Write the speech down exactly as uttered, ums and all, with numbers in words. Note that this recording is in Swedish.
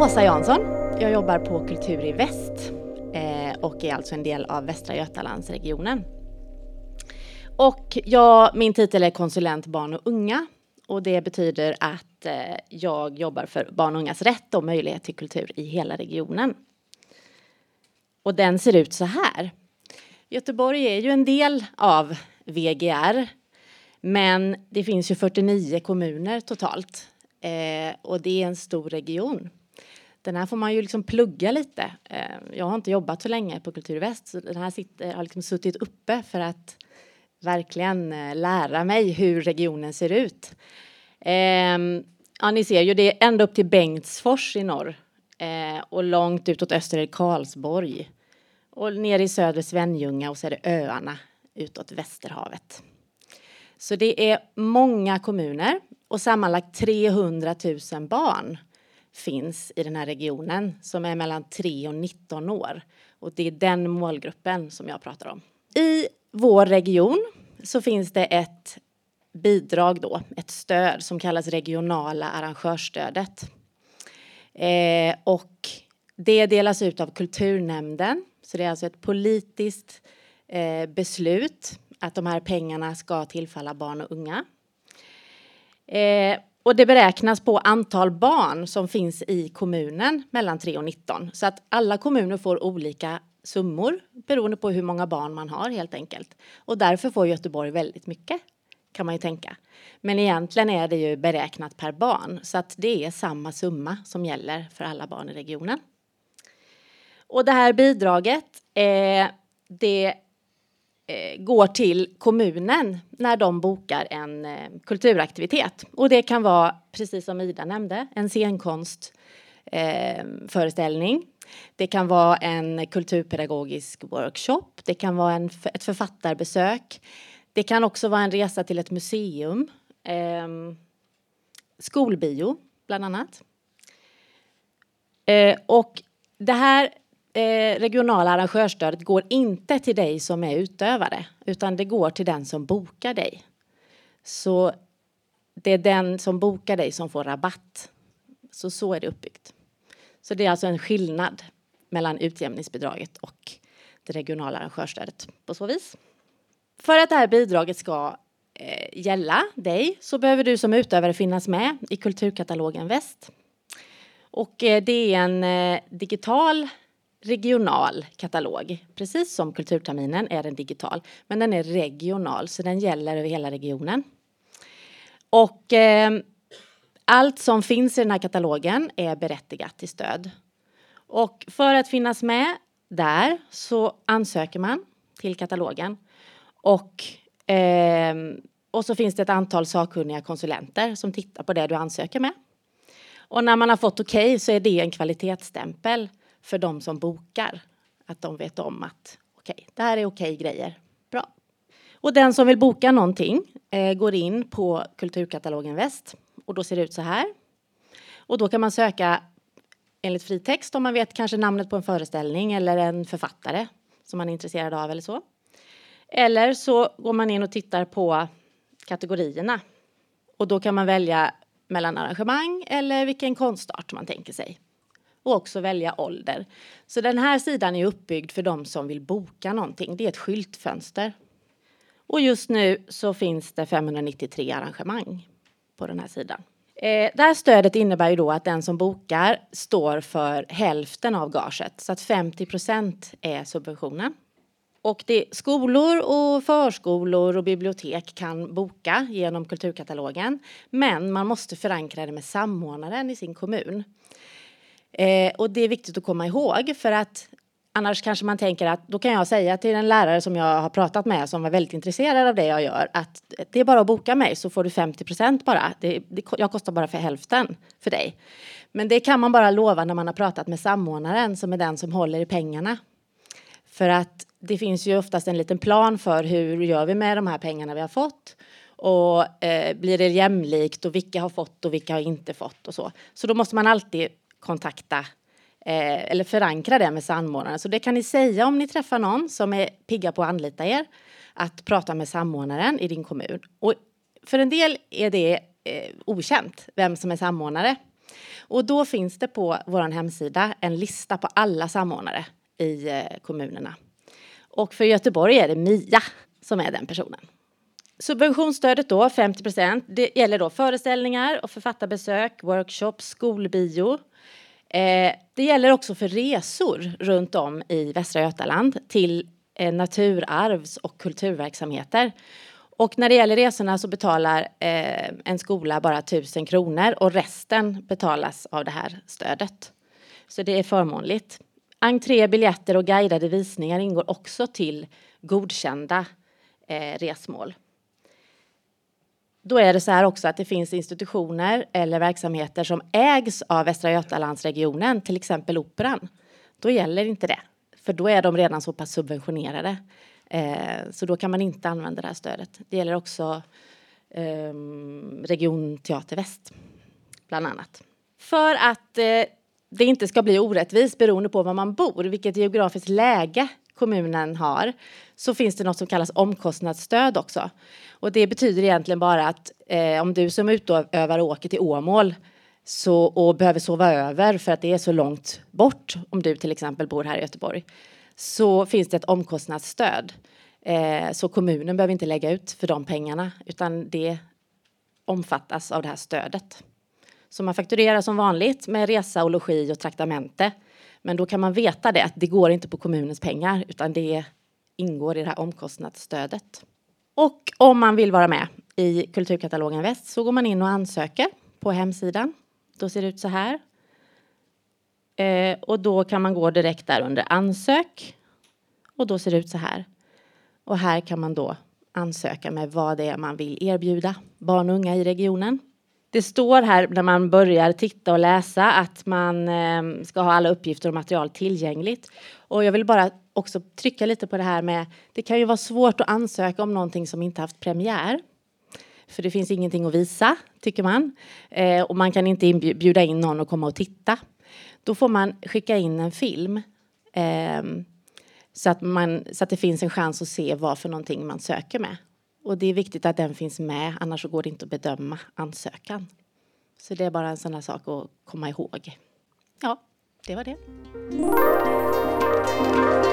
Åsa Jansson. Jag jobbar på Kultur i Väst eh, och är alltså en del av Västra Götalandsregionen. Och jag, min titel är konsulent barn och unga, och det betyder att eh, jag jobbar för barn och ungas rätt och möjlighet till kultur i hela regionen. Och den ser ut så här. Göteborg är ju en del av V G R, men det finns ju fyrtionio kommuner totalt eh, och det är en stor region. Den här får man ju liksom plugga lite. Jag har inte jobbat så länge på Kultur i Väst, så den här sitter, har liksom suttit uppe för att verkligen lära mig hur regionen ser ut. Ja, ni ser ju, det är ända upp till Bengtsfors i norr och långt utåt öster i Karlsborg. Och ner i söder Svenljunga, och så är det öarna utåt Västerhavet. Så det är många kommuner och sammanlagt trehundratusen barn finns i den här regionen som är mellan tre och nitton år. Och det är den målgruppen som jag pratar om. I vår region så finns det ett bidrag då, ett stöd som kallas regionala arrangörsstödet. Eh, och det delas ut av kulturnämnden. Så det är alltså ett politiskt eh, beslut att de här pengarna ska tillfalla barn och unga. Eh, och det beräknas på antal barn som finns i kommunen mellan tre och nitton. Så att alla kommuner får olika summor beroende på hur många barn man har helt enkelt. Och därför får Göteborg väldigt mycket, kan man ju tänka. Men egentligen är det ju beräknat per barn. Så att det är samma summa som gäller för alla barn i regionen. Och det här bidraget eh, det eh, går till kommunen när de bokar en eh, kulturaktivitet. Och det kan vara, precis som Ida nämnde, en scenkonstföreställning. Eh, det kan vara en kulturpedagogisk workshop. Det kan vara en, ett författarbesök. Det kan också vara en resa till ett museum. Eh, skolbio, bland annat. Eh, och det här Eh, regionala arrangörsstödet går inte till dig som är utövare, utan det går till den som bokar dig. Så det är den som bokar dig som får rabatt. Så så är det uppbyggt. Så det är alltså en skillnad mellan utjämningsbidraget och det regionala arrangörsstödet på så vis. För att det här bidraget ska eh, gälla dig så behöver du som utövare finnas med i kulturkatalogen Väst. Och eh, det är en eh, digital regional katalog. Precis som kulturterminen är den digital. Men den är regional, så den gäller över hela regionen. Och eh, allt som finns i den här katalogen är berättigat till stöd. Och för att finnas med där så ansöker man till katalogen. Och, eh, och så finns det ett antal sakkunniga konsulenter som tittar på det du ansöker med. Och när man har fått okej okay, så är det en kvalitetsstämpel för de som bokar, att de vet om att okej, okay, det här är okej okay grejer. Bra. Och den som vill boka någonting eh, går in på kulturkatalogen Väst, och då ser det ut så här. Och då kan man söka enligt fritext om man vet kanske namnet på en föreställning eller en författare som man är intresserad av eller så. Eller så går man in och tittar på kategorierna, och då kan man välja mellan arrangemang eller vilken konstart man tänker sig. Och också välja ålder. Så den här sidan är uppbyggd för de som vill boka någonting. Det är ett skyltfönster. Och just nu så finns det femhundranittiotre arrangemang på den här sidan. Eh, det här stödet innebär ju då att den som bokar står för hälften av gaget. Så att femtio procent är subventionen. Och det, skolor och förskolor och bibliotek kan boka genom kulturkatalogen. Men man måste förankra det med samordnaren i sin kommun. Eh, och det är viktigt att komma ihåg, för att annars kanske man tänker att då kan jag säga till en lärare som jag har pratat med som var väldigt intresserad av det jag gör att det är bara att boka mig så får du femtio procent bara. Det, det, jag kostar bara för hälften för dig. Men det kan man bara lova när man har pratat med samordnaren som är den som håller i pengarna. För att det finns ju oftast en liten plan för hur gör vi med de här pengarna vi har fått. Och eh, blir det jämlikt och vilka har fått och vilka har inte fått och så. Så då måste man alltid kontakta eh, eller förankra det med samordnaren. Så det kan ni säga om ni träffar någon som är pigga på att anlita er. Att prata med samordnaren i din kommun. Och för en del är det eh, okänt vem som är samordnare. Och då finns det på vår hemsida en lista på alla samordnare i eh, kommunerna. Och för Göteborg är det Mia som är den personen. Subventionsstödet då, femtio procent, det gäller då föreställningar och författarbesök, workshops, skolbio. Eh, det gäller också för resor runt om i Västra Götaland till eh, naturarvs- och kulturverksamheter. Och när det gäller resorna så betalar eh, en skola bara tusen kronor och resten betalas av det här stödet. Så det är förmånligt. Entré, biljetter och guidade visningar ingår också till godkända eh, resmål. Då är det så här också att det finns institutioner eller verksamheter som ägs av Västra Götalandsregionen, till exempel Operan. Då gäller inte det, för då är de redan så pass subventionerade. Eh, så då kan man inte använda det här stödet. Det gäller också eh, Region Teater Väst, bland annat. För att eh, det inte ska bli orättvis beroende på var man bor, vilket geografiskt läge kommunen har, så finns det något som kallas omkostnadsstöd också. Och det betyder egentligen bara att eh, om du som utövare åker till Åmål så, och behöver sova över för att det är så långt bort, om du till exempel bor här i Göteborg, så finns det ett omkostnadsstöd. Eh, så kommunen behöver inte lägga ut för de pengarna, utan det omfattas av det här stödet. Så man fakturerar som vanligt med resa och logi och traktamente. Men då kan man veta det, att det går inte på kommunens pengar, utan det ingår i det här omkostnadsstödet. Och om man vill vara med i Kulturkatalogen Väst så går man in och ansöker på hemsidan. Då ser det ut så här. Eh, och då kan man gå direkt där under ansök. Och då ser det ut så här. Och här kan man då ansöka med vad det är man vill erbjuda barn och unga i regionen. Det står här när man börjar titta och läsa att man eh, ska ha alla uppgifter och material tillgängligt. Och jag vill bara också trycka lite på det här med, det kan ju vara svårt att ansöka om någonting som inte haft premiär. För det finns ingenting att visa, tycker man. Eh, och man kan inte bjuda in någon och komma och titta. Då får man skicka in en film. Eh, så, att man, så att det finns en chans att se vad för någonting man söker med. Och det är viktigt att den finns med, annars så går det inte att bedöma ansökan. Så det är bara en sån här sak att komma ihåg. Ja, det var det.